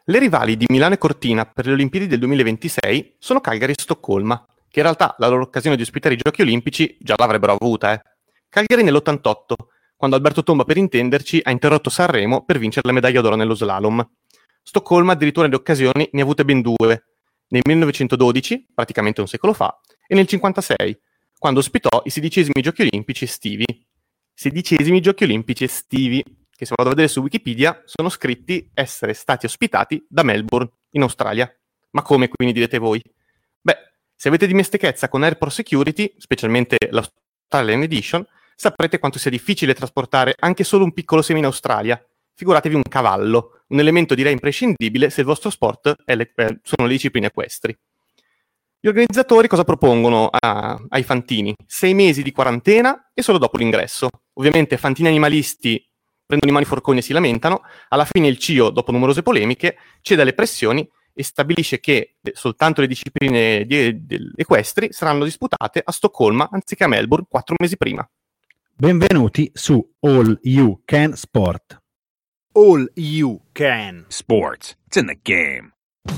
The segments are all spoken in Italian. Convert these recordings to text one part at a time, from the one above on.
Le rivali di Milano e Cortina per le Olimpiadi del 2026 sono Calgary e Stoccolma, che in realtà la loro occasione di ospitare i Giochi Olimpici già l'avrebbero avuta. Calgary nell'88, quando Alberto Tomba, per intenderci, ha interrotto Sanremo per vincere la medaglia d'oro nello slalom. Stoccolma addirittura le occasioni ne ha avute ben due, nel 1912, praticamente un secolo fa, e nel 1956, quando ospitò i 16esimi Giochi Olimpici estivi. 16esimi Giochi Olimpici estivi, che se vado a vedere su Wikipedia sono scritti essere stati ospitati da Melbourne, in Australia. Ma come, quindi, direte voi? Beh, se avete dimestichezza con Airport Security, specialmente l'Australian Edition, saprete quanto sia difficile trasportare anche solo un piccolo seme in Australia. Figuratevi un cavallo, un elemento direi imprescindibile se il vostro sport sono le discipline equestri. Gli organizzatori cosa propongono ai fantini? 6 mesi di quarantena e solo dopo l'ingresso. Ovviamente fantini animalisti prendono i mani forconi e si lamentano. Alla fine il CIO, dopo numerose polemiche, cede alle pressioni e stabilisce che soltanto le discipline equestri saranno disputate a Stoccolma anziché a Melbourne 4 mesi prima. Benvenuti su All You Can Sport. All You Can Sports. It's in the game.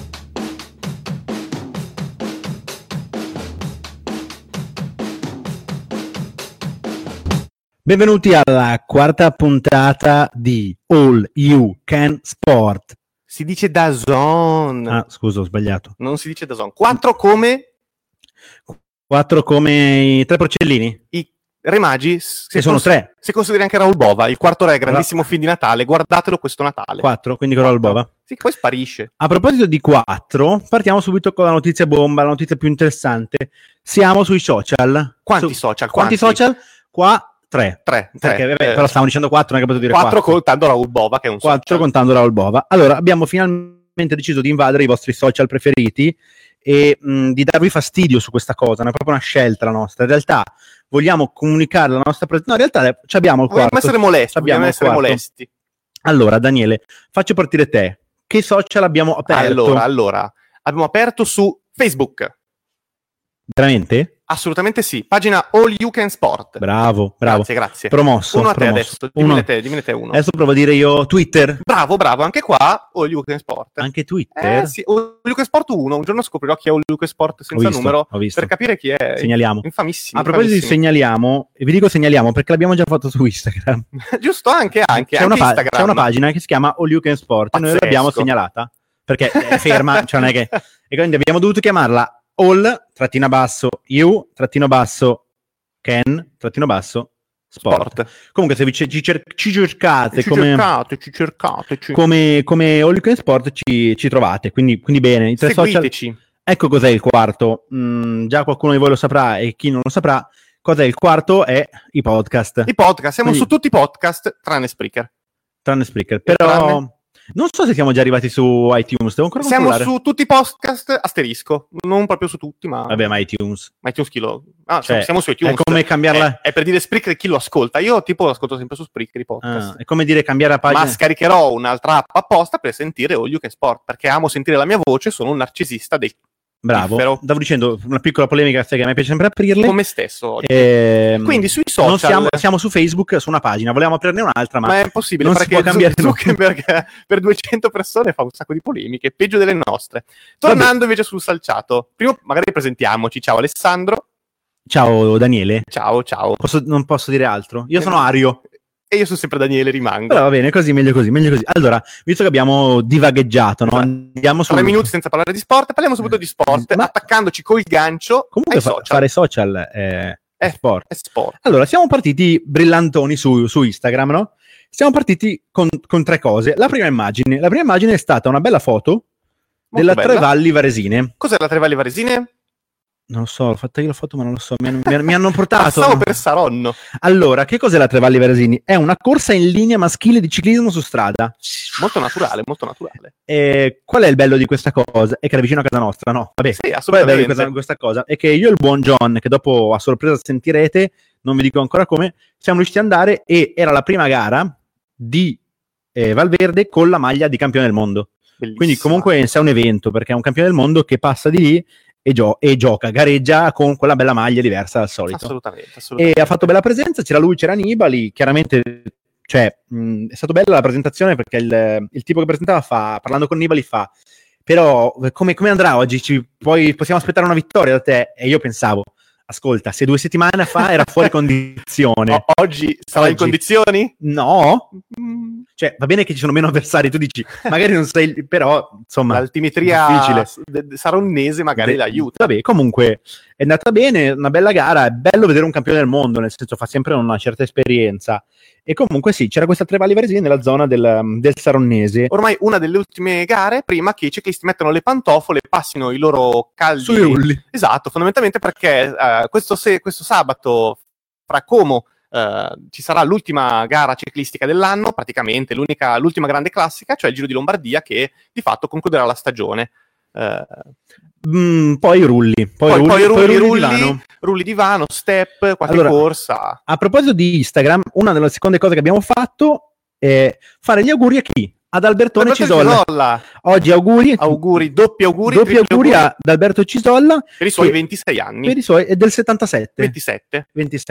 Benvenuti alla quarta puntata di All You Can Sport. Si dice DAZN. Ah, scusa, ho sbagliato. Non si dice DAZN. 4 come 4 come i 3 porcellini? i Re Magi. Che sono 3. Se consideri anche Raoul Bova, il quarto re, grandissimo film di Natale, guardatelo questo Natale. 4, quindi con Raoul Bova. Sì, poi sparisce. A proposito di 4, partiamo subito con la notizia bomba, la notizia più interessante. Siamo sui social. Quanti social? Quanti social? Qua 3. 3. Perché, però stavamo dicendo 4, non è che potevo dire 4. 4 contando Raoul Bova, che è un 4 social. contando Raoul Bova. Allora, abbiamo finalmente deciso di invadere i vostri social preferiti e di darvi fastidio su questa cosa. Non è proprio una scelta la nostra. In realtà vogliamo comunicare la nostra presenza. No, in realtà ci abbiamo il quarto. Vogliamo essere molesti. Allora, Daniele, faccio partire te. Che social abbiamo aperto? Allora, abbiamo aperto su Facebook. Veramente? Assolutamente sì. Pagina All You Can Sport. Bravo. Grazie. Promosso. Uno a te adesso. Dimmene te uno. Adesso provo a dire io Twitter. Bravo. Anche qua All You Can Sport. Anche Twitter? Sì. All You Can Sport 1. Un giorno scoprirò chi è All You Can Sport senza numero. Ho visto. Per capire chi è. Segnaliamo. Infamissimo. A proposito di segnaliamo, vi dico segnaliamo perché l'abbiamo già fatto su Instagram. Giusto, anche c'è una pagina che si chiama All You Can Sport. Pazzesco. E noi l'abbiamo segnalata perché è ferma, cioè non è che... E quindi abbiamo dovuto chiamarla All _You _Can Sport. Comunque se ci cercate come All You Can Sport ci trovate, quindi bene. I 3 seguiteci. Social. Ecco cos'è il quarto. Già qualcuno di voi lo saprà e chi non lo saprà. Cos'è il quarto? È i podcast. Siamo su tutti i podcast tranne Spreaker. Però non so se siamo già arrivati su iTunes. Devo ancora siamo controllare. su tutti i podcast asterisco, non proprio su tutti, ma vabbè, ma iTunes chi lo... siamo su iTunes. È come cambiarla. È per dire Spreaker chi lo ascolta. Io tipo lo ascolto sempre su Spreaker i podcast. È come dire cambiare la pagina. Ma scaricherò un'altra app apposta per sentire All You Can Sport, perché amo sentire la mia voce, sono un narcisista dei... Bravo, Differo. Stavo dicendo una piccola polemica, sai che a me piace sempre aprirle. Come stesso oggi. Quindi sui social... siamo su Facebook, su una pagina, volevamo aprirne un'altra, ma è impossibile, non perché si può cambiare Zuckerberg per 200 persone fa un sacco di polemiche, peggio delle nostre. Tornando invece sul salciato, prima magari presentiamoci. Ciao Alessandro. Ciao Daniele. Ciao. Non posso dire altro. Io sono Ario. E io sono sempre Daniele, rimango. Però va bene, così, meglio così. Allora, visto che abbiamo divagheggiato, no? Andiamo su 3 minuti senza parlare di sport, parliamo subito di sport, attaccandoci col gancio. Comunque fare social è sport. È sport. Allora, siamo partiti brillantoni su Instagram, no? Siamo partiti con 3 cose. La prima immagine è stata una bella foto della bella. Tre Valli Varesine. Cos'è la Tre Valli Varesine? Non lo so, l'ho fatta io la foto, ma non lo so. Mi hanno portato. Passavo per Saronno. Allora, che cos'è la Tre Valli Varesini? È una corsa in linea maschile di ciclismo su strada. Molto naturale. Qual è il bello di questa cosa? È che era vicino a casa nostra, no? Vabbè, sì, assolutamente. Qual è il bello di questa cosa? È che io e il buon John, che dopo a sorpresa sentirete, non vi dico ancora come, siamo riusciti ad andare e era la prima gara di Valverde con la maglia di campione del mondo. Bellissima. Quindi comunque è un evento, perché è un campione del mondo che passa di lì e gioca, gareggia con quella bella maglia diversa dal solito. Assolutamente. E ha fatto bella presenza, c'era lui, c'era Nibali, chiaramente cioè è stata bella la presentazione perché il tipo che presentava parlando con Nibali però come andrà oggi? Poi possiamo aspettare una vittoria da te? E io pensavo, ascolta, se 2 settimane fa era fuori condizione. Oggi sarà in condizioni? No. Cioè, va bene che ci sono meno avversari, tu dici, magari non sei, però, insomma, l'altimetria saronnese magari l'aiuta. Vabbè, comunque, è andata bene, una bella gara, è bello vedere un campione del mondo, nel senso fa sempre una certa esperienza. E comunque sì, c'era questa Trevali Varesini nella zona del Saronnese. Ormai una delle ultime gare, prima che i ciclisti mettano le pantofole e passino i loro caldi sui rulli. Esatto, fondamentalmente perché questo sabato fra Como ci sarà l'ultima gara ciclistica dell'anno, praticamente l'ultima grande classica, cioè il Giro di Lombardia, che di fatto concluderà la stagione. Poi rulli rulli di vano, step, qualche corsa. A proposito di Instagram, una delle seconde cose che abbiamo fatto è fare gli auguri a chi? Ad Albertone Cisolla. Oggi doppi auguri ad Alberto Cisolla per i suoi 26 anni. Per i suoi è del 77. 27.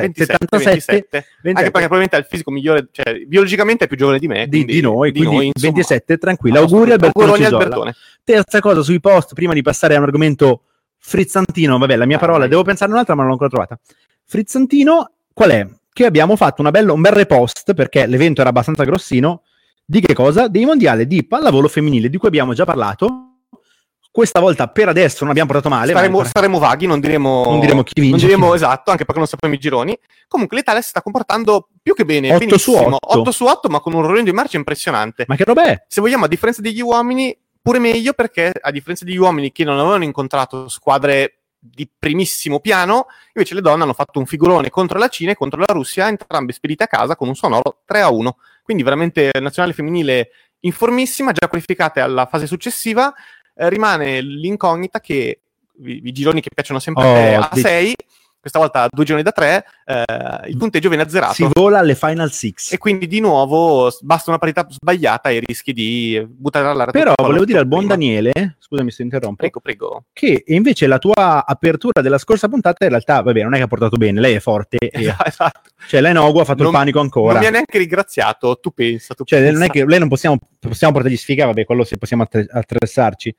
77. Anche perché probabilmente ha il fisico migliore, cioè biologicamente è più giovane di me, di noi, quindi 27, tranquillo. Auguri Albertone Cisolla. Albertone. Terza cosa sui post, prima di passare a un argomento frizzantino, vabbè, la mia parola, devo pensare un'altra ma non l'ho ancora trovata. Frizzantino, qual è? Che abbiamo fatto un bel repost, perché l'evento era abbastanza grossino. Di che cosa? Dei mondiali di pallavolo femminile, di cui abbiamo già parlato. Questa volta per adesso non abbiamo portato male. Saremo vaghi, non diremo chi vince. Non diremo esatto, anche perché non sappiamo i gironi. Comunque l'Italia si sta comportando più che bene. 8 su 8. 8 su 8, ma con un rolling di marcia impressionante. Ma che roba è? Se vogliamo, a differenza degli uomini, pure meglio, perché a differenza degli uomini che non avevano incontrato squadre di primissimo piano, invece le donne hanno fatto un figurone contro la Cina e contro la Russia, entrambe spedite a casa con un sonoro 3-1. Quindi veramente nazionale femminile informissima, già qualificate alla fase successiva. Rimane l'incognita che i gironi che piacciono sempre a 6, questa volta a 2 gironi da 3, il punteggio viene azzerato. Si vola alle Final 6. E quindi di nuovo basta una parità sbagliata e rischi di buttare all'aria. Però volevo dire al buon Daniele, scusami se interrompo, prego, che invece la tua apertura della scorsa puntata in realtà, vabbè, non è che ha portato bene, lei è forte. Esatto. Cioè lei Nogu ha fatto il panico ancora. Non mi ha neanche ringraziato, tu pensa. Non è che lei non possiamo portargli sfiga, vabbè, quello se possiamo attrezzarci.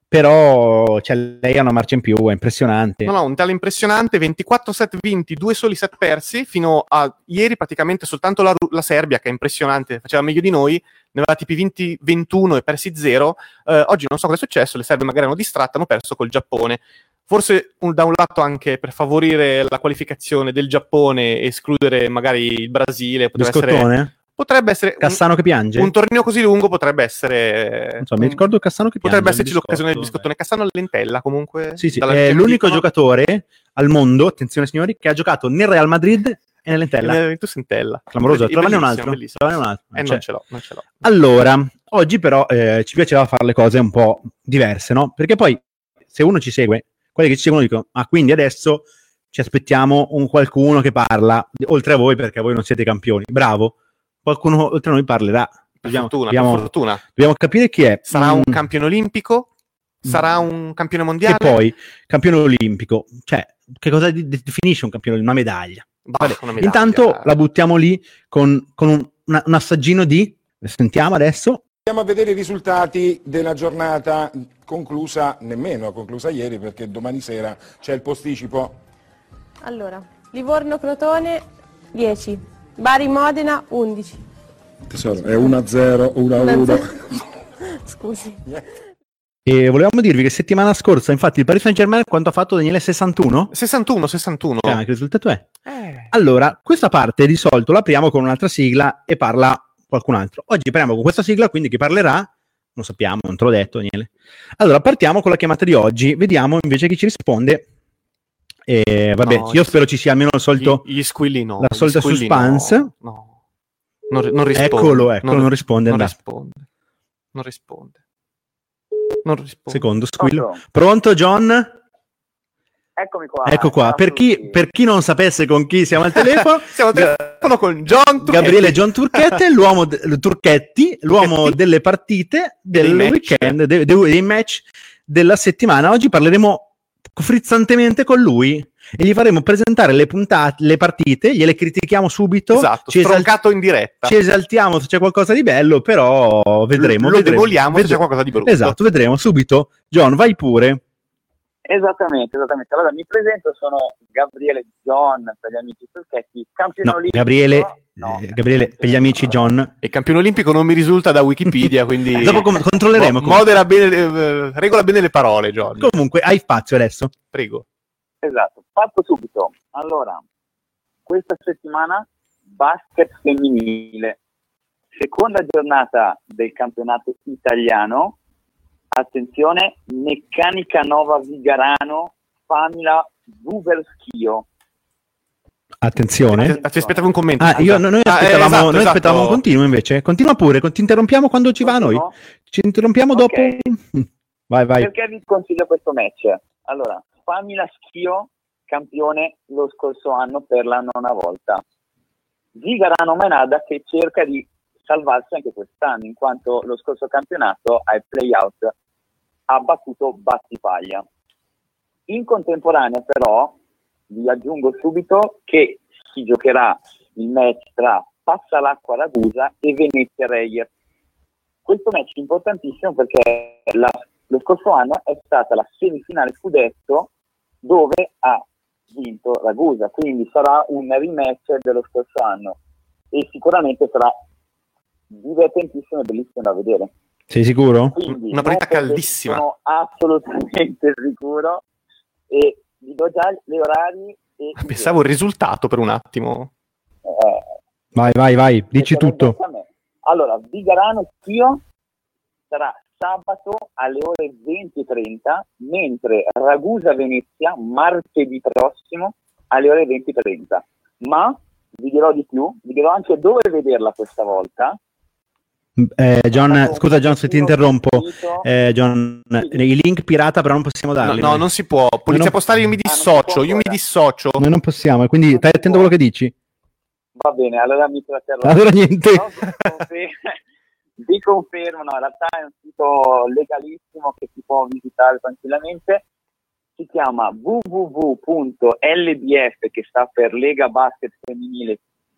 Però lei ha una marcia in più, è impressionante. No, un tale impressionante, 24 set vinti, 2 soli set persi, fino a ieri praticamente soltanto la Serbia, che è impressionante, faceva meglio di noi, ne aveva tipi vinti 21 e persi 0. Oggi non so cosa è successo, le serbe magari hanno distratto, hanno perso col Giappone. Forse da un lato anche per favorire la qualificazione del Giappone e escludere magari il Brasile, potrebbe essere Cassano che piange? Un torneo così lungo potrebbe essere. Non so, mi ricordo Cassano che piange. Potrebbe esserci l'occasione del biscottone. Cassano all'entella, comunque. Sì, è l'unico giocatore al mondo, attenzione signori, che ha giocato nel Real Madrid e nell'entella. Tu Sentella. Clamoroso. Trovane un altro. Non ce l'ho. Allora, oggi però ci piaceva fare le cose un po' diverse, no? Perché poi, se uno ci segue, quelli che ci seguono dicono, quindi adesso ci aspettiamo qualcuno che parla, oltre a voi, perché voi non siete campioni. Bravo. Qualcuno oltre a noi parlerà. Per fortuna. Dobbiamo capire chi è. Sarà un campione olimpico? Sarà un campione mondiale? E poi, campione olimpico. Cioè, che cosa definisce un campione? Una medaglia. Vabbè, una medaglia. Intanto la buttiamo lì con un assaggino di... Sentiamo adesso. Andiamo a vedere i risultati della giornata conclusa ieri, perché domani sera c'è il posticipo. Allora, Livorno-Crotone 10. Bari-Modena 11. Tesoro, è 1-0, 1-1. Scusi. E volevamo dirvi che settimana scorsa, infatti, il Paris Saint-Germain quanto ha fatto, Daniele? 61? 61. Che risultato è? Allora, questa parte di solito la apriamo con un'altra sigla e parla qualcun altro. Oggi apriamo con questa sigla, quindi chi parlerà? Non sappiamo, non te l'ho detto, Daniele. Allora, partiamo con la chiamata di oggi. Vediamo invece chi ci risponde. Io spero ci sia almeno il solito gli squilli la solita suspense. Non risponde. Eccolo, non risponde. Non risponde. Secondo squillo. Pronto John? Eccomi qua. Ecco qua. Per chi non sapesse con chi siamo al telefono, siamo al telefono con John Turchetti. Gabriele John Turchetti, l'uomo delle partite del weekend, dei match della settimana. Oggi parleremo frizzantemente con lui e gli faremo presentare le partite, gliele critichiamo subito, Esatto, stroncato in diretta. ci esaltiamo se c'è qualcosa di bello, però vedremo. Lo demoliamo se c'è qualcosa di brutto. Esatto, vedremo subito. John, vai pure. Esattamente. Allora mi presento, sono Gabriele John per gli amici trucchetti, campione No, olimpico. Gabriele, per gli amici John. E campione olimpico non mi risulta da Wikipedia, quindi Dopo controlleremo. modera bene, regola bene le parole, John. Comunque, hai spazio adesso. Prego. Esatto, fatto subito. Allora, questa settimana basket femminile, seconda giornata del campionato italiano. Attenzione, Meccanica Nova Vigarano, Famila Vuverschio. Attenzione. Ci aspettavo un commento. Noi aspettavamo esatto. un continuo invece. Continua pure, ti interrompiamo quando ci va a noi. Ci interrompiamo dopo. Ok. Vai. Perché vi consiglio questo match? Allora, Famila Schio, campione lo scorso anno per la nona volta. Vigarano Menada che cerca di salvarsi anche quest'anno, in quanto lo scorso campionato ai play-out ha battuto Battipaglia. In contemporanea però vi aggiungo subito che si giocherà il match tra Passalacqua Ragusa e Venezia Reyer. Questo match è importantissimo perché lo scorso anno è stata la semifinale scudetto dove ha vinto Ragusa, quindi sarà un rematch dello scorso anno e sicuramente sarà divertentissimo e bellissimo da vedere. Sei sicuro? Quindi, una partita caldissima. Sono assolutamente sicuro e vi do già gli orari. Pensavo il risultato per un attimo. Vai, dici tutto. Allora, Vigarano Schio sarà sabato alle ore 20:30, mentre Ragusa Venezia martedì prossimo alle ore 20:30. Ma vi dirò di più, vi dirò anche dove vederla questa volta. John, scusa John se ti interrompo. John, i link pirata però non possiamo darli. No, non si può. Polizia postale io mi dissocio. Noi non possiamo, quindi stai attento a quello che dici. Va bene, allora mi tratterrò. Allora niente. No, vi confermo, no, in realtà è un sito legalissimo che si può visitare tranquillamente. Si chiama www.lbf, che sta per Lega Basket Femminile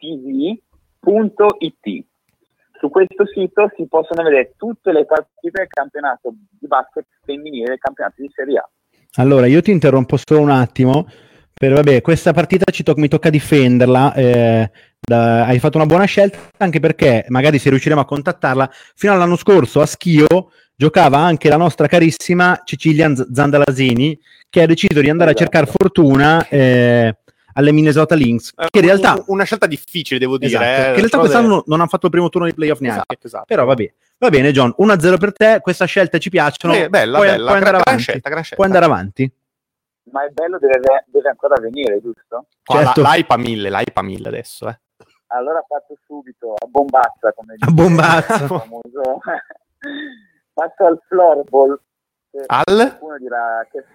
TV.it. Su questo sito si possono vedere tutte le partite del campionato di basket femminile del campionato di Serie A. Allora, io ti interrompo solo un attimo. Questa partita mi tocca difenderla. Hai fatto una buona scelta, anche perché magari se riusciremo a contattarla, fino all'anno scorso a Schio giocava anche la nostra carissima Cecilia Zandalasini, che ha deciso di andare a cercare fortuna alle Minnesota Lynx, che in realtà una scelta difficile, devo dire, che in realtà quest'anno non hanno fatto il primo turno di playoff neanche. Esatto. Però va bene John, 1-0 per te, queste scelte ci piacciono. Bella, puoi andare avanti. Gran scelta. Puoi andare avanti. Ma il bello deve ancora venire, giusto? Certo. L'hype a 1000 adesso, Allora faccio subito a bombazza, come dice A bombazza. il famoso. Passo al floorball. Qualcuno dirà che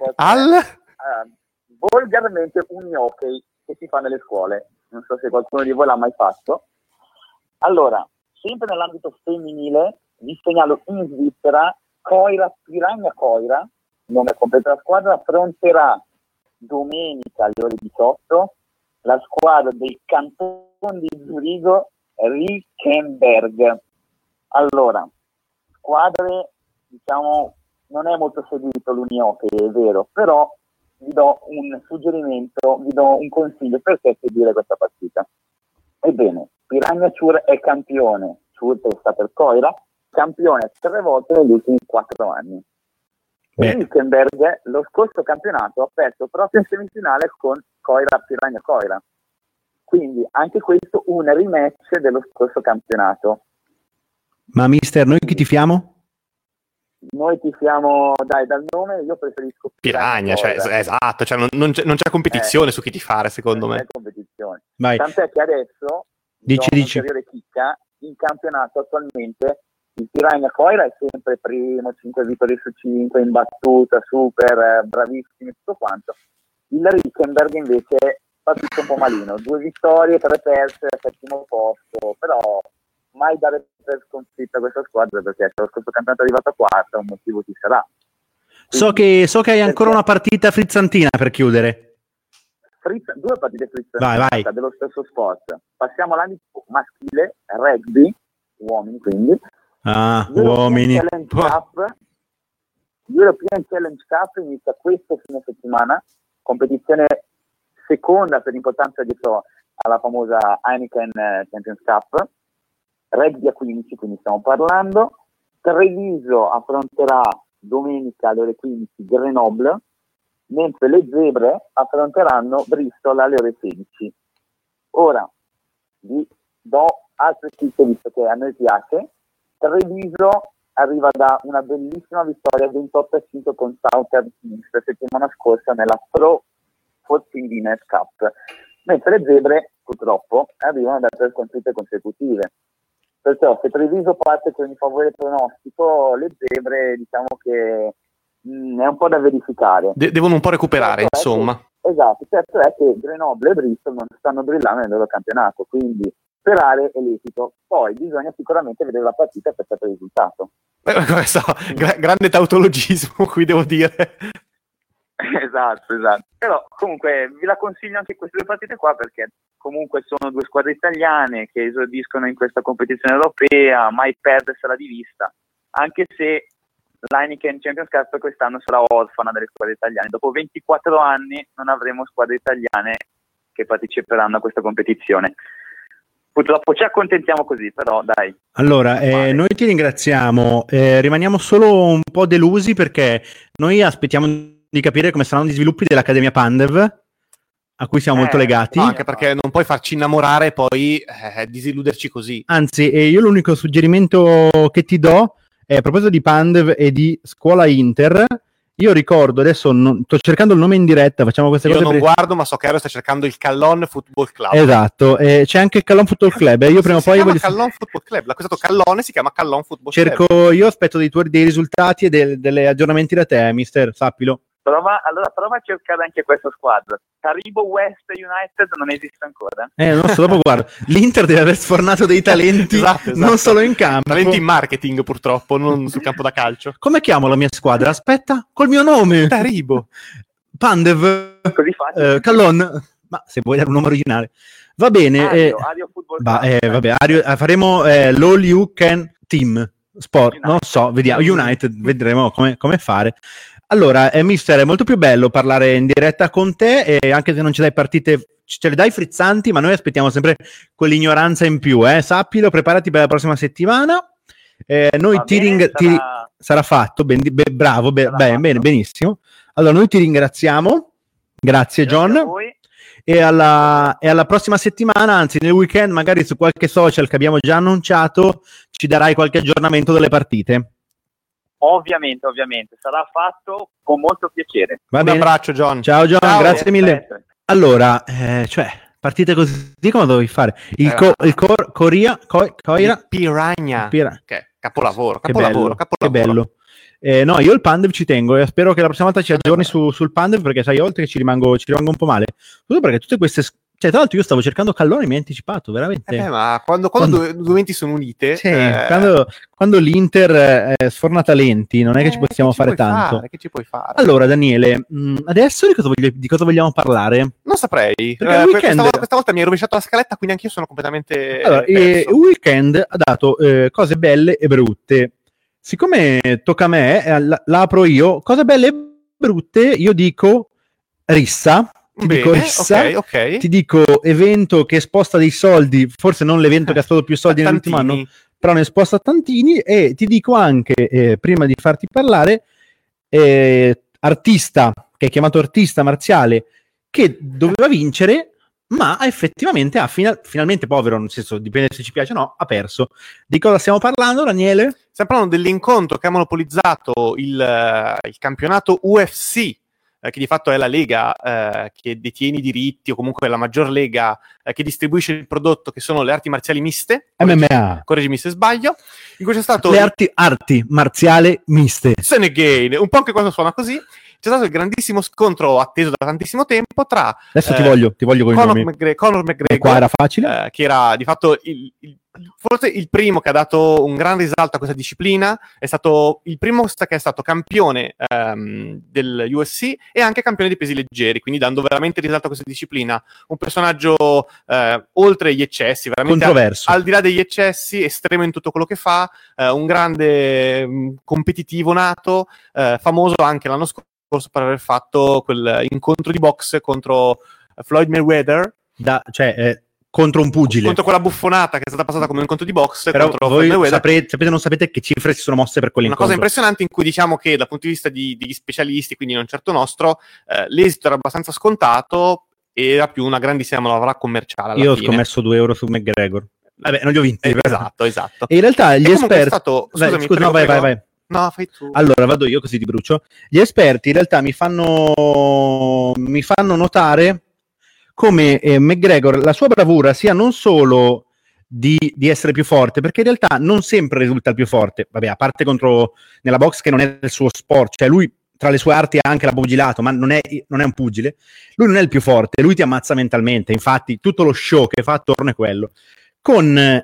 volgarmente un hockey che si fa nelle scuole. Non so se qualcuno di voi l'ha mai fatto. Allora, sempre nell'ambito femminile, vi segnalo in Svizzera Piranha Coira, nome completo della squadra, affronterà domenica alle ore 18 la squadra del Canton di Zurigo Rickenberg. Allora, squadre, diciamo, non è molto seguito l'Unione, è vero, però vi do un suggerimento, vi do un consiglio perché seguire questa partita. Ebbene, Piranha Chur è campione, Chur sta per Coira, campione 3 volte negli ultimi 4 anni. Rickenberg lo scorso campionato ha perso proprio in semifinale con Piranha Coira. Quindi anche questo un rematch dello scorso campionato. Ma mister, noi chi tifiamo? Noi tifiamo, dal nome io preferisco Piranha, esatto, non c'è competizione su chi tifare, secondo me. Non c'è competizione. Vai. Tant'è che adesso Dici. un'ulteriore chicca, in campionato attualmente il Piranha Coira è sempre primo, 5 vittorie su 5, in battuta, super, bravissimi, tutto quanto. Il Rickenberg invece fa tutto un po' malino, 2 vittorie, 3 perse, 7° posto, però mai dare per sconfitta questa squadra, perché se lo scorso campionato è arrivato a 4, un motivo ci sarà. So che hai ancora una partita frizzantina per chiudere. Due partite Vai. dello stesso sport. Passiamo all'ambito maschile, rugby, uomini quindi. Uomini. European Challenge Cup inizia questo fine settimana, competizione seconda per importanza dietro alla famosa Heineken Champions Cup, rugby a 15, quindi stiamo parlando. Treviso affronterà domenica alle ore 15 Grenoble, mentre le zebre affronteranno Bristol alle ore 16. Ora vi do altre chicche visto che a noi piace. Treviso arriva da una bellissima vittoria 28-5 con Southern la settimana scorsa nella Pro 14 Winners Cup, mentre le zebre purtroppo arrivano da 3 sconfitte consecutive. Perciò se Treviso parte con il favore pronostico, le zebre diciamo che è un po' da verificare. Devono un po' recuperare, insomma. Esatto, certo è che Grenoble e Bristol non stanno brillando nel loro campionato, quindi sperare è lecito. Poi bisogna sicuramente vedere la partita per sapere il risultato. Grande tautologismo qui, devo dire. Esatto. Però comunque vi la consiglio anche queste due partite qua, perché comunque sono due squadre italiane che esordiscono in questa competizione europea, mai perdersela di vista, anche se l'Heineken Champions Cup quest'anno sarà orfana delle squadre italiane. Dopo 24 anni non avremo squadre italiane che parteciperanno a questa competizione. Purtroppo ci accontentiamo così, però dai. Allora, noi ti ringraziamo, rimaniamo solo un po' delusi perché noi aspettiamo di capire come saranno gli sviluppi dell'Accademia Pandev, a cui siamo molto legati. No, anche perché non puoi farci innamorare e poi disilluderci così. Anzi, io l'unico suggerimento che ti do è a proposito di Pandev e di Scuola Inter. Io ricordo, adesso sto cercando il nome in diretta, facciamo queste cose. Io non guardo, ma so che Aero sta cercando il Callon Football Club. Esatto, c'è anche il Callon Football Club. Io prima o poi voglio... Callon Football Club, l'acquistato Callone si chiama Callon Football Club. Io aspetto dei risultati e delle aggiornamenti da te, mister, sappilo. Prova a cercare anche questa squadra. Taribo West United non esiste ancora. Non so, dopo guardo. L'Inter deve aver sfornato dei talenti, esatto. Non solo in campo. Talenti in marketing, purtroppo, non sul campo da calcio. Come chiamo la mia squadra? Aspetta, col mio nome. Taribo. Pandev. Così facile. Callon. Ma se vuoi dare un nome originale. Va bene. Ario Football Club. Faremo l'All You Can Team Sport. United. Non so, vediamo. United, vedremo come fare. Allora, mister, è molto più bello parlare in diretta con te, e anche se non ci dai partite, ce le dai frizzanti, ma noi aspettiamo sempre quell'ignoranza in più, sappilo, preparati per la prossima settimana. Noi sarà fatto, bravo, bene, benissimo. Allora, noi ti ringraziamo, grazie John, e alla prossima settimana, anzi nel weekend, magari su qualche social che abbiamo già annunciato, ci darai qualche aggiornamento delle partite. Ovviamente, sarà fatto con molto piacere. Un abbraccio John. Ciao John, grazie mille. Allora, partite così come dovevi fare? Coira Piranha. Che capolavoro. Che bello. No, io il Pandev ci tengo e spero che la prossima volta ci aggiorni sul Pandev, perché sai, oltre che ci rimango un po' male. Solo perché tutte queste... Cioè, tra l'altro io stavo cercando Callone e mi ha anticipato, veramente. Ma quando due menti sono unite... Quando l'Inter sforna talenti, non è che ci possiamo fare tanto. Che ci puoi fare? Allora, Daniele, adesso di cosa vogliamo parlare? Non saprei. Questa volta mi hai rovesciato la scaletta, quindi anch'io sono completamente allora, il weekend ha dato cose belle e brutte. Siccome tocca a me, la apro io. Cose belle e brutte, io dico rissa. Okay. Ti dico evento che sposta dei soldi, forse non l'evento che ha spostato più soldi nell'ultimo anno, però ne sposta tantini. E ti dico anche, prima di farti parlare, artista, che è chiamato artista marziale, che doveva vincere, ma effettivamente finalmente, povero, nel senso, dipende se ci piace o no, ha perso. Di cosa stiamo parlando, Daniele? Stiamo parlando dell'incontro che ha monopolizzato il campionato UFC, che di fatto è la lega che detiene i diritti, o comunque la maggior lega che distribuisce il prodotto, che sono le arti marziali miste. MMA. Correggimi se sbaglio. In cui c'è stato... Le arti marziali miste. Senegane, un po' anche quando suona così. C'è stato il grandissimo scontro atteso da tantissimo tempo tra... Adesso ti voglio con i nomi. Conor McGregor, qua era facile. Che era di fatto il forse il primo che ha dato un gran risalto a questa disciplina, è stato il primo che è stato campione del UFC e anche campione dei pesi leggeri, quindi dando veramente risalto a questa disciplina. Un personaggio oltre gli eccessi, veramente Controverso. al di là degli eccessi, estremo in tutto quello che fa, un grande competitivo nato, famoso anche l'anno scorso per aver fatto quel incontro di box contro Floyd Mayweather, contro un pugile. contro quella buffonata che è stata passata come un incontro di box Però contro voi Floyd Mayweather. sapete o non sapete che cifre si sono mosse per Una quell'incontro. cosa impressionante in cui diciamo che dal punto di vista degli specialisti, quindi non certo nostro, l'esito era abbastanza scontato, era più una grandissima manovra commerciale alla Io ho fine. scommesso 2 euro su McGregor. Vabbè, non li ho vinti. però. Esatto. E in realtà gli E comunque è esperti... stato... Vai, Scusami, scusa, no, prego. vai. No, fai tu. Allora, vado io così ti brucio. Gli esperti in realtà mi fanno notare come McGregor, la sua bravura sia non solo di essere più forte, perché in realtà non sempre risulta il più forte. Vabbè, a parte contro nella box che non è il suo sport, cioè lui tra le sue arti ha anche la pugilato, ma non è un pugile. Lui non è il più forte, lui ti ammazza mentalmente. Infatti tutto lo show che fa attorno è quello. Con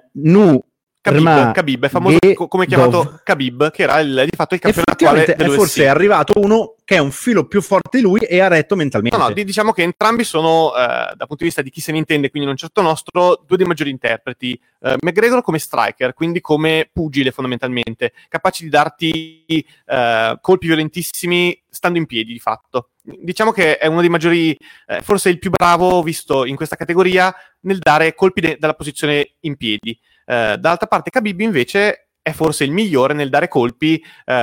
Khabib è famoso come chiamato Khabib, che era di fatto il campione attuale dell'UFC. Forse è arrivato uno che è un filo più forte di lui e ha retto mentalmente. No, diciamo che entrambi sono, dal punto di vista di chi se ne intende, quindi non certo nostro, due dei maggiori interpreti. McGregor come striker, quindi come pugile fondamentalmente, capaci di darti colpi violentissimi stando in piedi di fatto. Diciamo che è uno dei maggiori, forse il più bravo visto in questa categoria, nel dare colpi dalla posizione in piedi. Dall'altra parte Khabib invece è forse il migliore nel dare colpi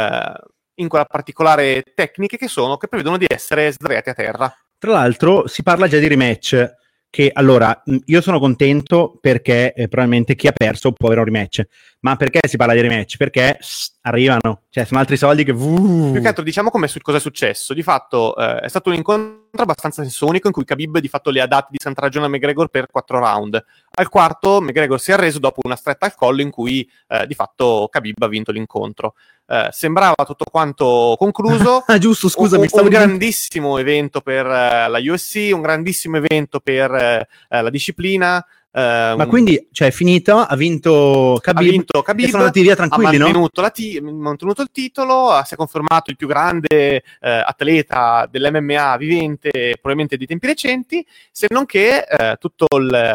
in quella particolare tecniche che prevedono di essere sdraiati a terra. Tra l'altro si parla già di rematch, che allora io sono contento perché probabilmente chi ha perso può avere un rematch. Ma perché si parla di rematch? Perché arrivano, cioè sono altri soldi che... Più che altro diciamo cosa è successo. Di fatto è stato un incontro abbastanza senso unico in cui Khabib di fatto le ha date di santa ragione a McGregor per 4 round. Al quarto McGregor si è arreso dopo una stretta al collo in cui di fatto Khabib ha vinto l'incontro. Sembrava tutto quanto concluso. Ah, giusto, scusami. Un grandissimo evento per la UFC, un grandissimo evento per la disciplina. Ma quindi, cioè, è finito, ha vinto Khabib e sono andati via tranquilli, ha mantenuto il titolo, si è confermato il più grande atleta dell'MMA vivente, probabilmente di tempi recenti, se non che tutta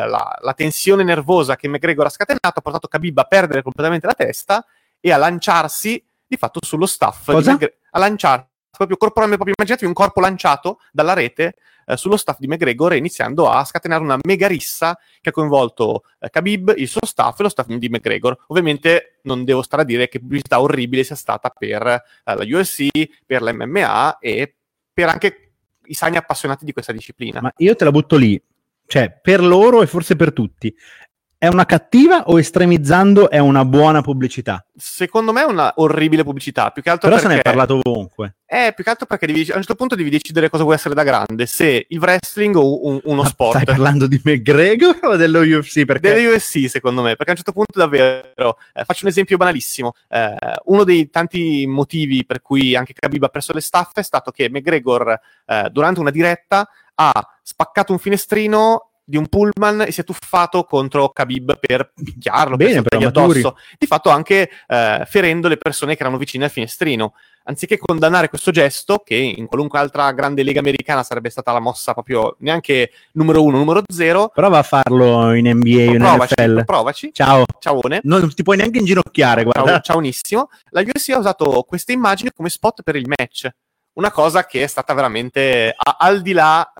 la tensione nervosa che McGregor ha scatenato ha portato Khabib a perdere completamente la testa e a lanciarsi di fatto sullo staff. A lanciarsi proprio immaginatevi un corpo lanciato dalla rete sullo staff di McGregor, iniziando a scatenare una mega rissa che ha coinvolto Khabib, il suo staff e lo staff di McGregor. Ovviamente non devo stare a dire che pubblicità orribile sia stata per la UFC, per l'MMA e per anche i sani appassionati di questa disciplina. Ma io te la butto lì, cioè per loro e forse per tutti. È una cattiva o estremizzando è una buona pubblicità? Secondo me è una orribile pubblicità, più che altro però perché... se ne è parlato ovunque. Più che altro perché a un certo punto devi decidere cosa vuoi essere da grande, se il wrestling o uno sport. Stai parlando di McGregor o dello UFC? Perché... Dello UFC secondo me, perché a un certo punto davvero, faccio un esempio banalissimo, uno dei tanti motivi per cui anche Khabib ha perso le staffe è stato che McGregor durante una diretta ha spaccato un finestrino di un pullman e si è tuffato contro Khabib per picchiarlo, per saltargli addosso, di fatto anche ferendo le persone che erano vicine al finestrino. Anziché condannare questo gesto, che in qualunque altra grande lega americana sarebbe stata la mossa proprio neanche numero 1, numero 0. Prova a farlo in NBA o in NFL. Provaci. Ciao. Ciaone. Non ti puoi neanche inginocchiare, guarda. Ciaonissimo. La UFC ha usato queste immagini come spot per il match. Una cosa che è stata veramente al di là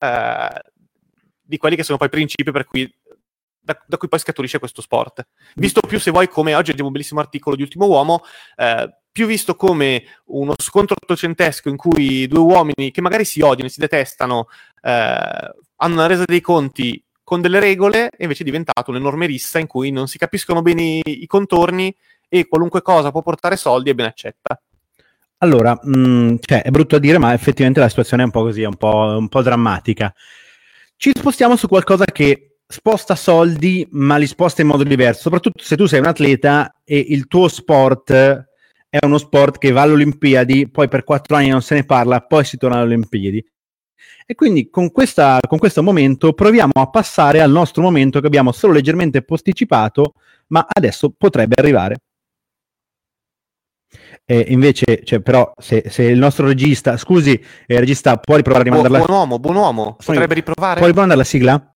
di quelli che sono poi i principi per cui da cui poi scaturisce questo sport. Visto più, se vuoi, come oggi abbiamo un bellissimo articolo di Ultimo Uomo, più visto come uno scontro ottocentesco in cui due uomini che magari si odiano e si detestano hanno una resa dei conti con delle regole, e invece è diventato un'enorme rissa in cui non si capiscono bene i contorni e qualunque cosa può portare soldi è ben accetta. Allora, cioè, è brutto a dire, ma effettivamente la situazione è un po' così, è un po' drammatica. Ci spostiamo su qualcosa che sposta soldi, ma li sposta in modo diverso, soprattutto se tu sei un atleta e il tuo sport è uno sport che va alle Olimpiadi, poi per 4 anni non se ne parla, poi si torna alle Olimpiadi. E quindi con questo momento proviamo a passare al nostro momento che abbiamo solo leggermente posticipato, ma adesso potrebbe arrivare. E invece, cioè, però, se il nostro regista, scusi, regista, può riprovare a rimandarla? Buon uomo, potrebbe riprovare? Può rimandare la sigla?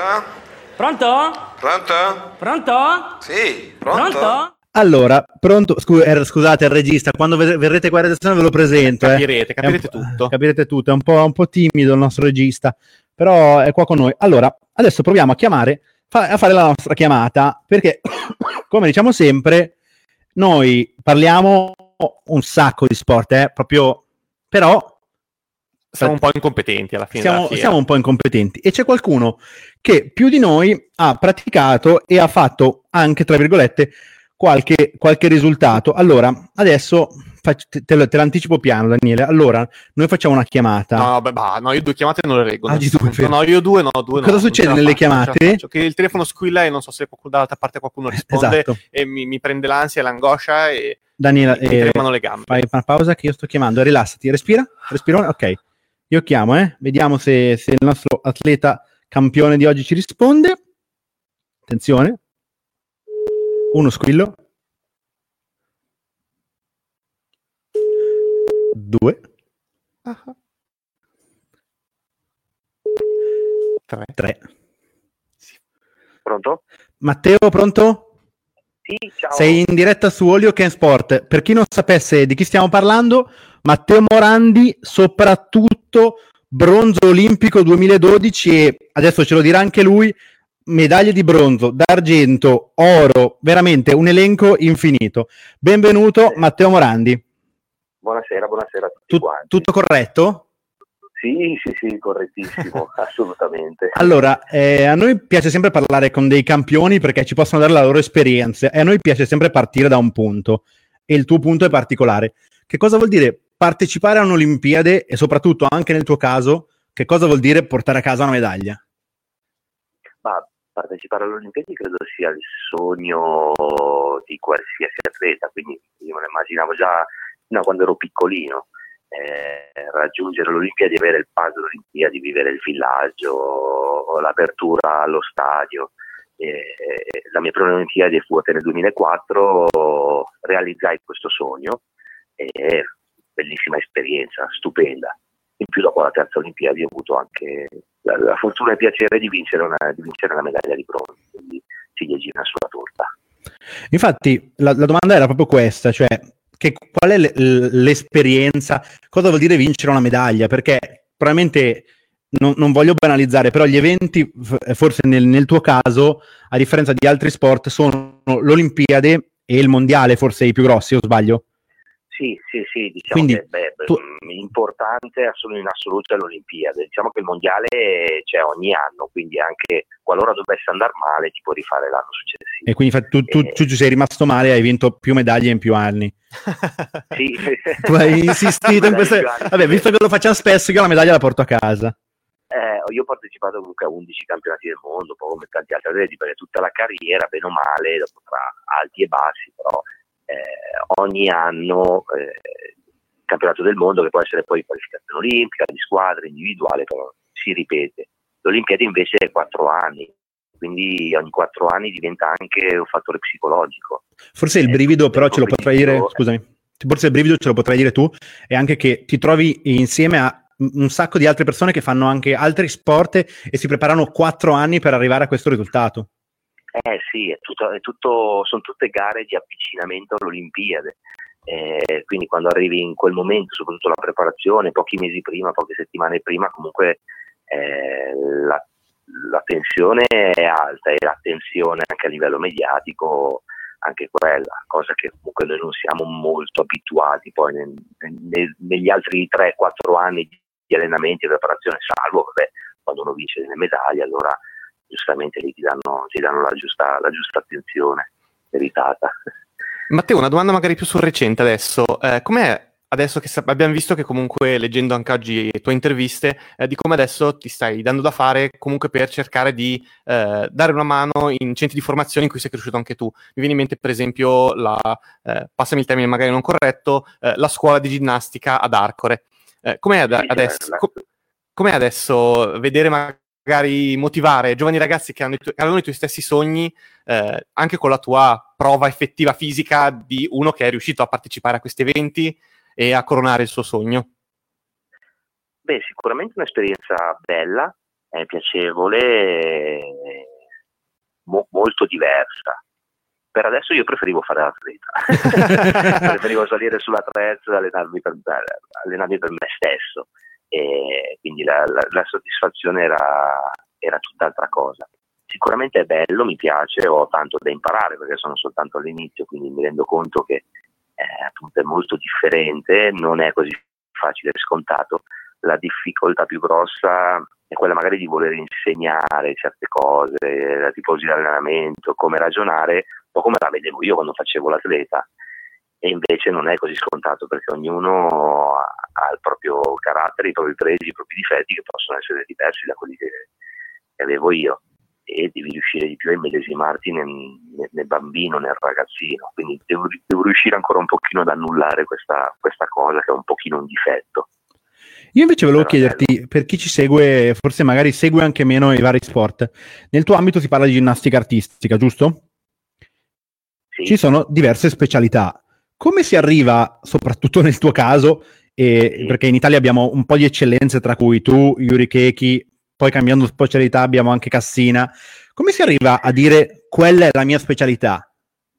Pronto? Sì, pronto? Allora, pronto? Scusate il regista, quando verrete qua in redazione ve lo presento. Capirete tutto. Capirete tutto, è un po' timido il nostro regista, però è qua con noi. Allora, adesso proviamo a chiamare, a fare la nostra chiamata, perché, come diciamo sempre, noi parliamo un sacco di sport, proprio, però... Siamo un po' incompetenti alla fine. Siamo un po' incompetenti e c'è qualcuno che più di noi ha praticato e ha fatto anche, tra virgolette, qualche risultato. Allora, adesso te l'anticipo piano, Daniele. Allora, noi facciamo una chiamata. No, io 2 chiamate non le reggo. Io due no. Cosa succede nelle chiamate? Che il telefono squilla e non so se dall'altra parte qualcuno risponde, esatto. E mi prende l'ansia e l'angoscia e Daniela, mi tremano le gambe. Fai una pausa che io sto chiamando, rilassati, respirone, ok. Io chiamo, vediamo se il nostro atleta campione di oggi ci risponde. Attenzione. 1 squillo. 2. 3. Pronto? Matteo, pronto? Sì, ciao. Sei in diretta su All You Can Sport. Per chi non sapesse di chi stiamo parlando, Matteo Morandi, soprattutto bronzo olimpico 2012 e adesso ce lo dirà anche lui, medaglie di bronzo, d'argento, oro, veramente un elenco infinito. Benvenuto Matteo Morandi. Buonasera a tutti quanti. Tutto corretto? Sì, correttissimo, assolutamente. Allora, a noi piace sempre parlare con dei campioni perché ci possono dare la loro esperienza e a noi piace sempre partire da un punto e il tuo punto è particolare. Che cosa vuol dire partecipare a un'Olimpiade e soprattutto anche nel tuo caso, che cosa vuol dire portare a casa una medaglia? Ma partecipare alle Olimpiadi credo sia il sogno di qualsiasi atleta, quindi io me lo immaginavo già quando ero piccolino. Raggiungere l'Olimpiadi, avere il puzzle Olimpiadi, vivere il villaggio, l'apertura allo stadio. La mia prima Olimpiadi fu nel 2004, realizzai questo sogno e bellissima esperienza, stupenda. In più dopo la terza Olimpiadi ho avuto anche la fortuna e il piacere di vincere una medaglia di bronzo, quindi ciliegina sulla torta. Infatti la domanda era proprio questa, cioè qual è l'esperienza, cosa vuol dire vincere una medaglia? Perché probabilmente non voglio banalizzare, però gli eventi, forse nel tuo caso, a differenza di altri sport, sono l'Olimpiade e il Mondiale, forse i più grossi, o sbaglio? Sì, diciamo. Quindi, che importante in assoluto è l'Olimpiade. Diciamo che il Mondiale c'è ogni anno, quindi anche qualora dovesse andare male ti puoi rifare l'anno successivo. E quindi tu ci sei rimasto male e hai vinto più medaglie in più anni. Sì. Tu hai insistito in queste... Vabbè, visto che lo facciamo spesso, io la medaglia la porto a casa. Io ho partecipato comunque a 11 campionati del mondo, poi come tanti altri atleti, perché tutta la carriera, bene o male, dopo tra alti e bassi, però ogni anno campionato del mondo, che può essere poi qualificazione olimpica, di squadra, individuale, però si ripete. L'Olimpiade invece è 4 anni, quindi ogni 4 anni diventa anche un fattore psicologico. Forse il brivido però ce lo potrai dire, scusami, forse il brivido ce lo potrai dire tu, è anche che ti trovi insieme a un sacco di altre persone che fanno anche altri sport e si preparano 4 anni per arrivare a questo risultato. Sì, sono tutte gare di avvicinamento all'Olimpiade, quindi quando arrivi in quel momento, soprattutto la preparazione, pochi mesi prima, poche settimane prima, comunque la tensione è alta e la tensione anche a livello mediatico, anche quella, cosa che comunque noi non siamo molto abituati poi negli altri 3-4 anni di allenamenti e preparazione, salvo quando uno vince delle medaglie, allora giustamente lì ti danno la giusta attenzione meritata. Matteo, una domanda magari più sul recente adesso. Com'è adesso che abbiamo visto che comunque, leggendo anche oggi le tue interviste, di come adesso ti stai dando da fare comunque per cercare di dare una mano in centri di formazione in cui sei cresciuto anche tu. Mi viene in mente per esempio passami il termine magari non corretto, la scuola di ginnastica ad Arcore. Com'è adesso? com'è adesso vedere magari motivare giovani ragazzi che avevano i tuoi stessi sogni, anche con la tua prova effettiva fisica di uno che è riuscito a partecipare a questi eventi e a coronare il suo sogno? Beh, sicuramente un'esperienza bella, piacevole, molto diversa. Per adesso io preferivo fare l'atleta, preferivo salire sull'attrezzo e allenarmi per me stesso, e quindi la soddisfazione era tutt'altra cosa. Sicuramente è bello, mi piace, ho tanto da imparare perché sono soltanto all'inizio, quindi mi rendo conto che appunto è molto differente, non è così facile e scontato. La difficoltà più grossa è quella magari di voler insegnare certe cose, la tipologia di allenamento, come ragionare, un po' come la vedevo io quando facevo l'atleta, e invece non è così scontato perché ognuno ha il proprio carattere, i propri pregi, i propri difetti che possono essere diversi da quelli che avevo io, e devi riuscire di più a immedesimarti nel bambino, nel ragazzino, quindi devo riuscire ancora un pochino ad annullare questa cosa che è un pochino un difetto. Io invece volevo chiederti, per chi ci segue, forse magari segue anche meno i vari sport, nel tuo ambito si parla di ginnastica artistica, giusto? Sì. Ci sono diverse specialità. Come si arriva, soprattutto nel tuo caso, perché in Italia abbiamo un po' di eccellenze, tra cui tu, Yuri Kechi, poi cambiando specialità abbiamo anche Cassina, come si arriva a dire quella è la mia specialità?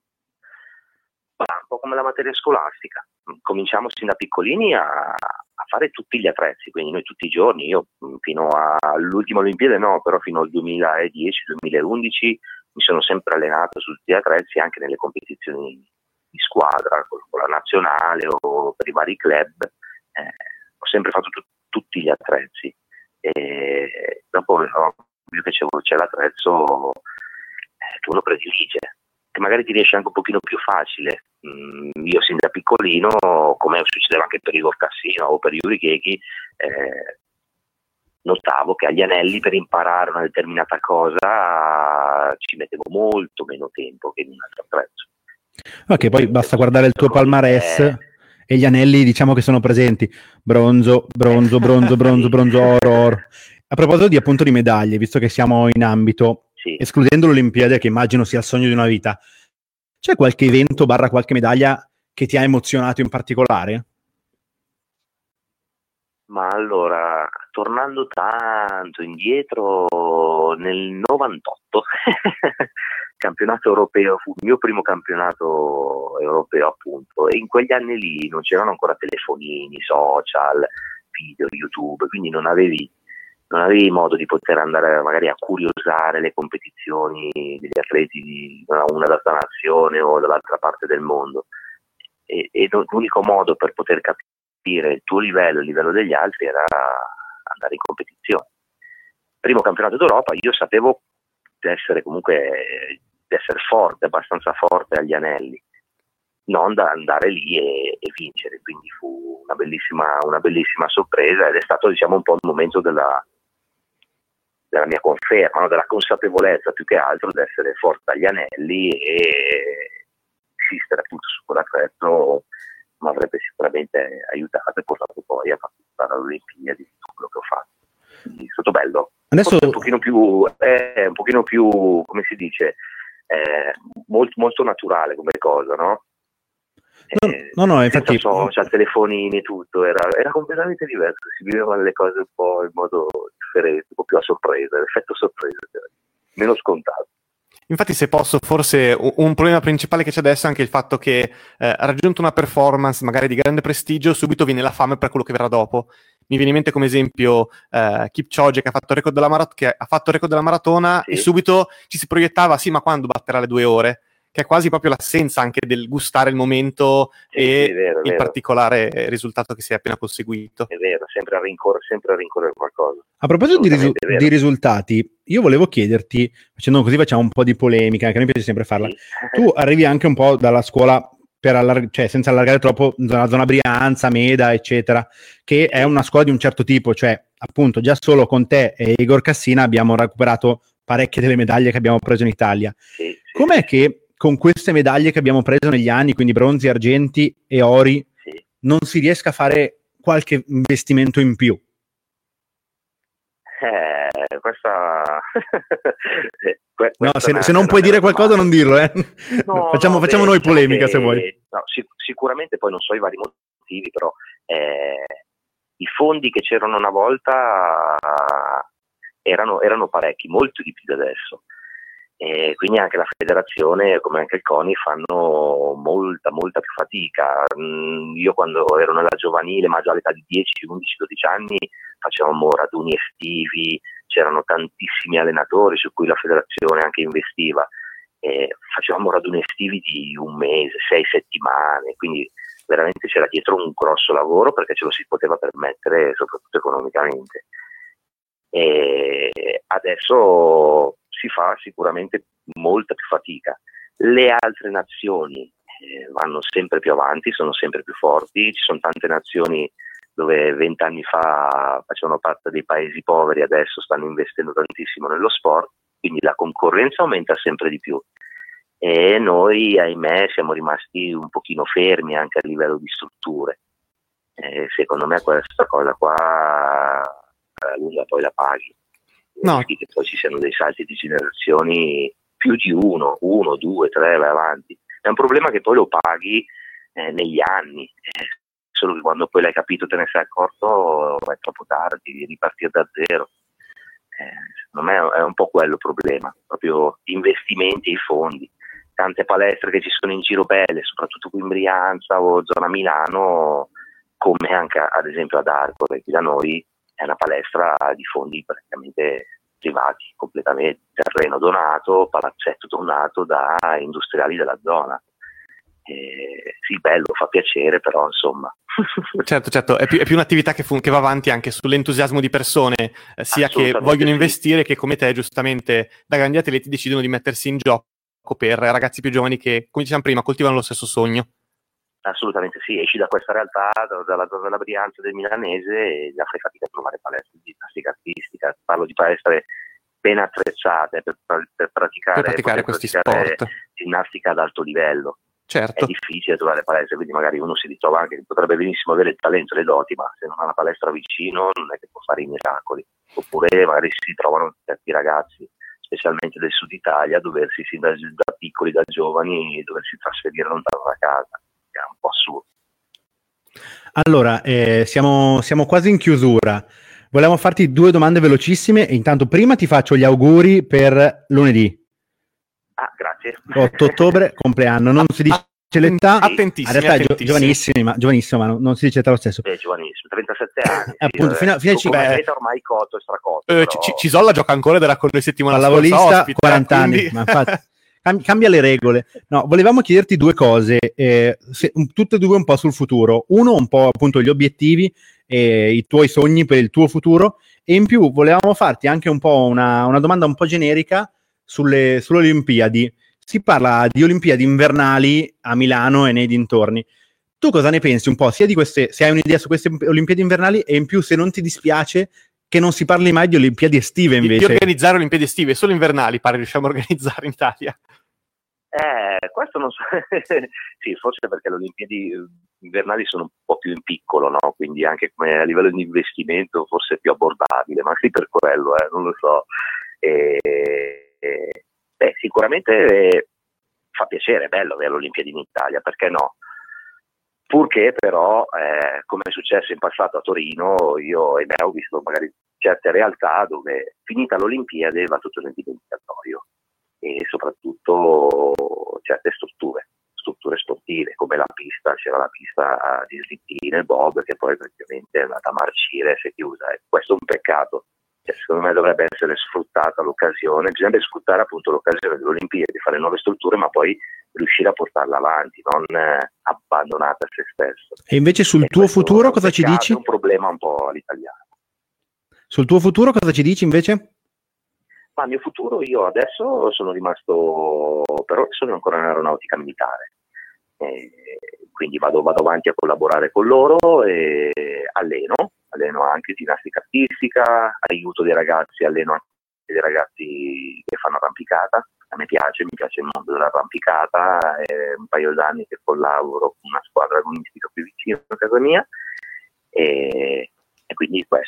Un po' come la materia scolastica. Cominciamo sin da piccolini a fare tutti gli attrezzi, quindi noi tutti i giorni, io fino all'ultima Olimpiade no, però fino al 2010-2011 mi sono sempre allenato su tutti gli attrezzi, anche nelle competizioni di squadra, con la nazionale o per i vari club, ho sempre fatto tutti gli attrezzi. E dopo ovvio che c'è l'attrezzo che uno predilige, che magari ti riesce anche un pochino più facile. Io sin da piccolino, come succedeva anche per Igor Cassino o per Yuri Kechi, notavo che agli anelli per imparare una determinata cosa ci mettevo molto meno tempo che in un altro attrezzo. Ok, poi basta guardare il tuo palmarès e gli anelli, diciamo che sono presenti: bronzo, oro. A proposito di appunto di medaglie, visto che siamo in ambito, sì, escludendo l'Olimpiade, che immagino sia il sogno di una vita, c'è qualche evento / qualche medaglia che ti ha emozionato in particolare? Ma allora, tornando tanto indietro, nel 98 campionato europeo, fu il mio primo campionato europeo appunto, e in quegli anni lì non c'erano ancora telefonini, social, video, YouTube, quindi non avevi modo di poter andare magari a curiosare le competizioni degli atleti di una data nazione o dall'altra parte del mondo, e l'unico modo per poter capire il tuo livello, il livello degli altri, era andare in competizione. Primo campionato d'Europa, io sapevo di essere forte, abbastanza forte agli anelli, non da andare lì e vincere, quindi fu una bellissima sorpresa, ed è stato, diciamo, un po' il momento della mia conferma, no? Della consapevolezza più che altro di essere forte agli anelli, e insistere appunto su quell'attrezzo mi avrebbe sicuramente aiutato e portato poi a partecipare alle Olimpiadi, tutto quello che ho fatto. Quindi è stato bello. Adesso un pochino più, come si dice, molto, molto naturale come cosa, no? No, infatti social, telefonini e tutto, era completamente diverso, si vivevano le cose un po' in modo differente, un po' più a sorpresa, l'effetto sorpresa, meno scontato. Infatti, se posso, forse un problema principale che c'è adesso è anche il fatto che raggiunto una performance magari di grande prestigio, subito viene la fame per quello che verrà dopo. Mi viene in mente come esempio Kipchoge, che ha fatto il record della maratona, sì, e subito ci si proiettava, sì, ma quando batterà le 2 ore? Che è quasi proprio l'assenza anche del gustare il momento, sì, e sì, vero, il particolare risultato che si è appena conseguito. È vero, sempre a rincorrere qualcosa. A proposito di risultati, io volevo chiederti, facendo così facciamo un po' di polemica, che a me piace sempre farla, sì. Tu arrivi anche un po' dalla scuola, cioè senza allargare troppo, la zona Brianza, Meda, eccetera, che è una scuola di un certo tipo, cioè appunto già solo con te e Igor Cassina abbiamo recuperato parecchie delle medaglie che abbiamo preso in Italia. Sì. Com'è che con queste medaglie che abbiamo preso negli anni, quindi bronzi, argenti e ori, sì, non si riesca a fare qualche investimento in più? Questa no, se non puoi dire qualcosa non dirlo, No, facciamo noi polemica, se vuoi. No, sicuramente poi non so i vari motivi, però i fondi che c'erano una volta erano parecchi, molto di più di adesso. E quindi anche la federazione, come anche il CONI, fanno molta più fatica. Io quando ero nella giovanile, ma già all'età di 10, 11, 12 anni, facevamo raduni estivi, c'erano tantissimi allenatori su cui la federazione anche investiva. Facevamo raduni estivi di un mese, 6 settimane, quindi veramente c'era dietro un grosso lavoro perché ce lo si poteva permettere, soprattutto economicamente. E adesso si fa sicuramente molta più fatica. Le altre nazioni vanno sempre più avanti, sono sempre più forti. Ci sono tante nazioni dove 20 anni fa facevano parte dei paesi poveri, adesso stanno investendo tantissimo nello sport, quindi la concorrenza aumenta sempre di più. E noi, ahimè, siamo rimasti un pochino fermi anche a livello di strutture. Secondo me questa cosa qua lunga poi la paghi. No. Che poi ci siano dei salti di generazioni, più di uno, 2, 3, vai avanti. È un problema che poi lo paghi negli anni, solo che quando poi l'hai capito, te ne sei accorto, è troppo tardi, ripartire da zero. Secondo me è un po' quello il problema, proprio gli investimenti e i fondi. Tante palestre che ci sono in giro belle, soprattutto qui in Brianza o zona Milano, come anche ad esempio ad Arcore, qui da noi, è una palestra di fondi praticamente privati, completamente, terreno donato, palazzetto donato da industriali della zona. Sì, bello, fa piacere, però insomma. Certo, è più un'attività che va avanti anche sull'entusiasmo di persone, sia che vogliono investire che come te, giustamente, da grandi atleti decidono di mettersi in gioco per ragazzi più giovani che, come dicevamo prima, coltivano lo stesso sogno. Assolutamente sì, esci da questa realtà, dalla zona della Brianza, del milanese, e già fai fatica a trovare palestre di ginnastica artistica. Parlo di palestre ben attrezzate per praticare questi sport. Ginnastica ad alto livello. Certo. È difficile trovare palestre, quindi magari uno si ritrova anche che potrebbe benissimo avere il talento e le doti, ma se non ha una palestra vicino non è che può fare i miracoli. Oppure magari si trovano certi ragazzi, specialmente del sud Italia, a doversi sin da piccoli, da giovani, doversi trasferire lontano da casa. È un po' assurdo. Allora, siamo quasi in chiusura. Volevamo farti 2 domande velocissime e intanto prima ti faccio gli auguri per lunedì. Ah, grazie. 8 ottobre, compleanno. Non si dice l'età. Attentissimi. In realtà è giovanissimo, ma non si dice l'età lo stesso. Giovanissimo, 37 anni. Appunto, fino ai 50 ormai cotto e stracotto. Cisolla gioca ancora ed era con noi settimana scorsa pallavolista, ospite, 40 anni, ma infatti cambia le regole. No, volevamo chiederti 2 cose, tutte e 2 un po' sul futuro. Uno, un po' appunto gli obiettivi e i tuoi sogni per il tuo futuro, e in più volevamo farti anche un po' una domanda un po' generica sulle Olimpiadi. Si parla di Olimpiadi invernali a Milano e nei dintorni. Tu cosa ne pensi un po', sia di queste, se hai un'idea su queste Olimpiadi invernali, e in più se non ti dispiace che non si parli mai di Olimpiadi estive invece? Di organizzare Olimpiadi estive, solo invernali riusciamo a organizzare in Italia. Questo non so. Sì, forse perché le Olimpiadi invernali sono un po' più in piccolo, no? Quindi anche come a livello di investimento forse è più abbordabile, ma sì, per quello, non lo so. Sicuramente fa piacere, è bello avere le Olimpiadi in Italia, perché no? Purché però, come è successo in passato a Torino, io ho visto magari certe realtà dove finita l'Olimpiade va tutto nel dimenticatoio, e soprattutto certe strutture sportive, come la pista, c'era la pista di slittino e bob che poi praticamente è andata a marcire, si è chiusa, e questo è un peccato. Secondo me dovrebbe essere sfruttata l'occasione, bisogna sfruttare appunto l'occasione delle Olimpiadi di fare nuove strutture, ma poi riuscire a portarla avanti, non abbandonata a se stesso. E invece sul tuo futuro cosa ci dici? È un problema un po' all'italiano. Sul tuo futuro cosa ci dici invece? Ma il mio futuro, io adesso sono rimasto, però sono ancora in aeronautica militare, quindi vado avanti a collaborare con loro e alleno anche ginnastica artistica, aiuto dei ragazzi, alleno anche dei ragazzi che fanno arrampicata. A me piace il mondo dell'arrampicata, è un paio d'anni che collaboro con una squadra agonistica qui vicino a casa mia, e quindi questo.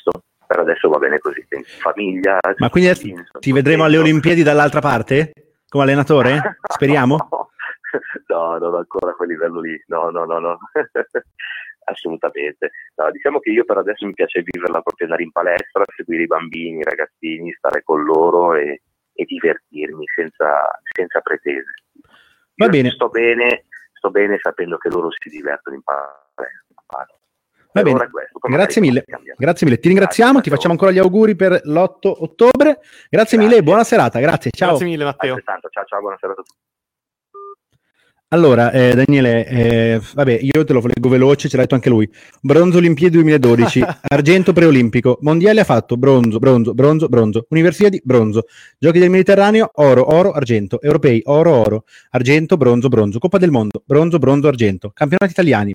per adesso va bene così, in famiglia. Ma quindi ti vedremo alle Olimpiadi dall'altra parte? Come allenatore? Speriamo? No, non ancora a quel livello lì, no. Assolutamente. No, diciamo che io per adesso mi piace viverla proprio, andare in palestra, seguire i bambini, i ragazzini, stare con loro e divertirmi senza pretese. Va Io bene. Sto bene sapendo che loro si divertono in palestra. Va bene, grazie mille. Ti ringraziamo, ti facciamo ancora gli auguri per l'8 ottobre. Grazie mille e buona serata. Grazie, ciao. Grazie mille, Matteo. Ciao, buona serata a tutti. Allora, Daniele, vabbè, io te lo leggo veloce, ce l'ha detto anche lui. Bronzo Olimpiadi 2012, argento preolimpico, mondiale ha fatto bronzo, Universiadi, bronzo, Giochi del Mediterraneo, oro, argento, europei, oro, argento, bronzo, Coppa del Mondo, bronzo, argento, campionati italiani,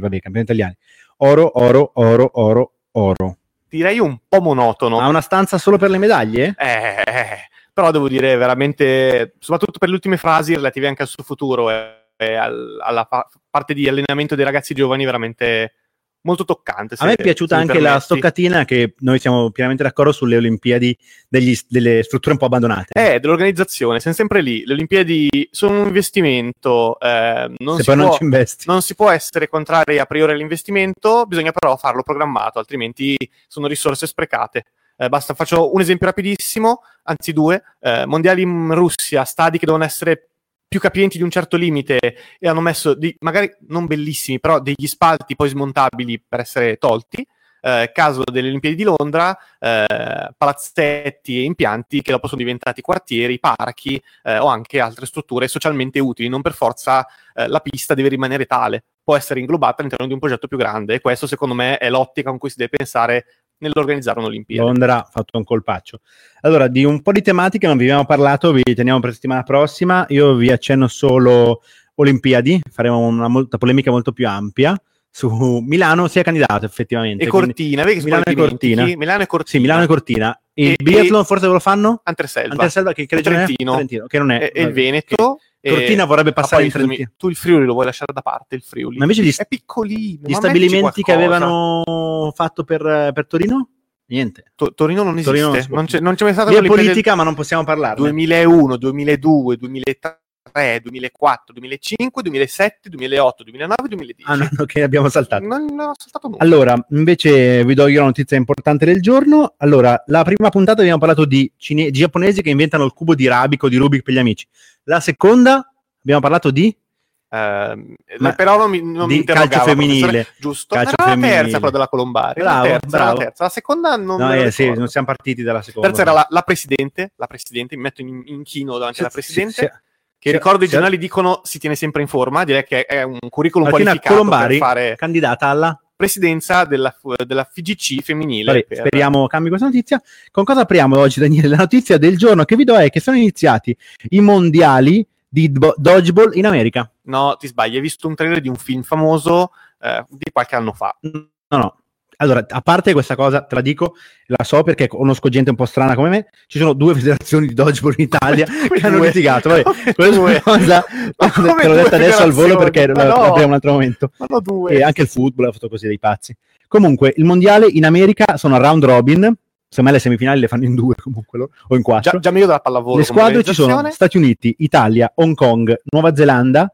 oro. Direi un po' monotono. Ha una stanza solo per le medaglie? Però devo dire veramente, soprattutto per le ultime frasi relative anche al suo futuro alla parte di allenamento dei ragazzi giovani, veramente molto toccante. A me è piaciuta anche la stoccatina, che noi siamo pienamente d'accordo sulle Olimpiadi delle strutture un po' abbandonate. Dell'organizzazione, siamo sempre lì. Le Olimpiadi sono un investimento, non ci investi. Non si può essere contrari a priori all'investimento, bisogna però farlo programmato, altrimenti sono risorse sprecate. Faccio un esempio rapidissimo, anzi due. Mondiali in Russia, stadi che devono essere più capienti di un certo limite e hanno messo, magari non bellissimi, però degli spalti poi smontabili per essere tolti. Caso delle Olimpiadi di Londra, palazzetti e impianti che dopo sono diventati quartieri, parchi o anche altre strutture socialmente utili. Non per forza la pista deve rimanere tale, può essere inglobata all'interno di un progetto più grande, e questo secondo me è l'ottica con cui si deve pensare nell'organizzare un'Olimpiade. Londra ha fatto un colpaccio. Allora, di un po' di tematiche non vi abbiamo parlato, vi teniamo per settimana prossima. Io vi accenno solo Olimpiadi, faremo una polemica molto più ampia su Milano. Si è candidato effettivamente. E Cortina, vedi che Milano e Cortina. Milano e Cortina. Sì, Milano e Cortina. Il biathlon forse lo fanno? Anterselva, che Trentino, che non è. E il Veneto. Cortina vorrebbe passare in Trentino. Tu il Friuli lo vuoi lasciare da parte, il Friuli? Ma invece è piccolino. Gli stabilimenti che avevano fatto per Torino? Niente. Torino non esiste. Torino non c'è mai stata una politica, ma non possiamo parlarne. 2001, 2002, 2003, 2004, 2005, 2007, 2008, 2009, 2010. Ah, no, che abbiamo saltato. Non ho saltato nulla. Allora, invece vi do io la notizia importante del giorno. Allora, la prima puntata abbiamo parlato di giapponesi che inventano il cubo di Rubik per gli amici. La seconda abbiamo parlato di però non mi interrogava, calcio femminile, giusto? Calcio era femminile. La terza, quella della Colombare. Bravo. La terza. La seconda non me lo sì, ricordo. non siamo partiti dalla seconda. La terza era la presidente, mi metto in chino davanti alla presidente, che ricordo i giornali dicono si tiene sempre in forma, direi che è un curriculum qualificato Colombari, per fare candidata alla presidenza della FIGC femminile. Speriamo cambi questa notizia. Con cosa apriamo oggi, Daniele? La notizia del giorno che vi do è che sono iniziati i mondiali di dodgeball in America. No, ti sbagli, hai visto un trailer di un film famoso di qualche anno fa. No. Allora, a parte questa cosa, te la dico, la so perché conosco gente un po' strana come me, ci sono 2 federazioni di dodgeball in Italia che hanno litigato. Vabbè, questa cosa te l'ho detta adesso al volo perché l'apriamo un altro momento. E anche il football ha fatto così dei pazzi. Comunque, il mondiale in America sono a round robin, secondo me le semifinali le fanno in 2 comunque, o in 4. Già meglio della pallavolo. Le squadre ci sono Stati Uniti, Italia, Hong Kong, Nuova Zelanda,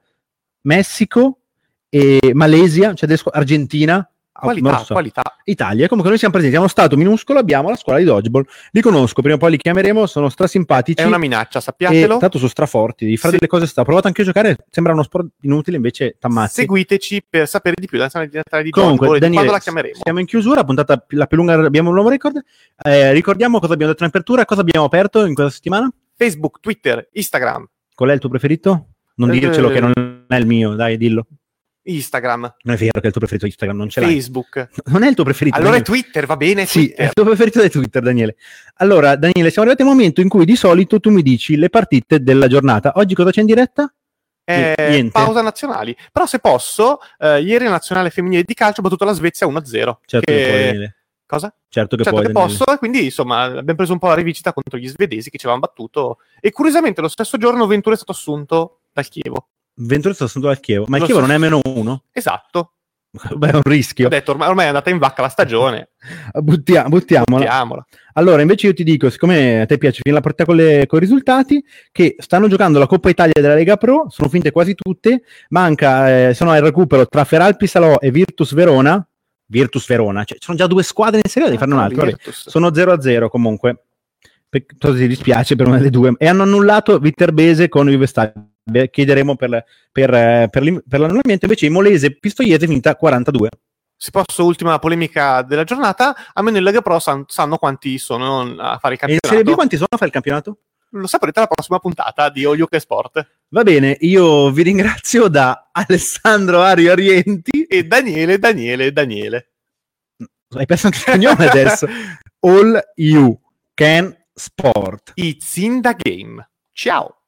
Messico e Malesia, cioè Argentina. Qualità. Italia, comunque noi siamo presenti, siamo stato minuscolo, abbiamo la scuola di dodgeball, li conosco, prima o poi li chiameremo, sono strasimpatici. È una minaccia, sappiatelo. E tanto sono straforti, di fare delle cose ho provato anche a giocare, sembra uno sport inutile, invece t'ammazzi. Seguiteci per sapere di più della nazionale di comunque, dodgeball, Daniele, quando la chiameremo. Siamo in chiusura, puntata la più lunga, abbiamo un nuovo record. Ricordiamo cosa abbiamo detto in apertura, cosa abbiamo aperto in questa settimana? Facebook, Twitter, Instagram. Qual è il tuo preferito? Non dircelo che non è il mio, dai, dillo. Instagram. Non è vero che è il tuo preferito Instagram, non ce l'hai. Facebook. Non è il tuo preferito. Allora Daniele. è Twitter, va bene? Sì, Twitter. è il tuo preferito di Twitter, Daniele. Allora, Daniele, siamo arrivati al momento in cui di solito tu mi dici le partite della giornata. Oggi cosa c'è in diretta? Niente. Pausa nazionali. Però se posso, ieri la nazionale femminile di calcio ha battuto la Svezia 1-0. Certo che puoi, Daniele. Cosa? Certo che posso, e quindi insomma abbiamo preso un po' la rivincita contro gli svedesi che ci avevano battuto, e curiosamente lo stesso giorno Ventura è stato assunto dal Chievo. Ventura è stato assunto dal Chievo, ma il Chievo non è -1? Esatto. Beh, è un rischio. Ho detto, ormai è andata in vacca la stagione. Buttiamola. Allora, invece io ti dico, siccome a te piace finire la partita con i risultati, che stanno giocando la Coppa Italia della Lega Pro, sono finite quasi tutte, manca, sono al recupero tra Feralpi Salò e Virtus Verona, cioè sono già 2 squadre in Serie A, devi farne un altro. Sono 0-0 comunque. Ti dispiace per una delle due. E hanno annullato Viterbese con Juve Stabia. Chiederemo per l'annullamento. Invece Molese Pistoiese è finita 42. Se posso, ultima polemica della giornata, almeno in Lega Pro sanno quanti sono a fare il campionato. E in Serie B quanti sono a fare il campionato? Lo saprete alla prossima puntata di All You Can Sport. Va bene, io vi ringrazio da Alessandro Ario Arienti e Daniele. Hai perso anche il cognome adesso. All You Can Sport. It's in the game. Ciao.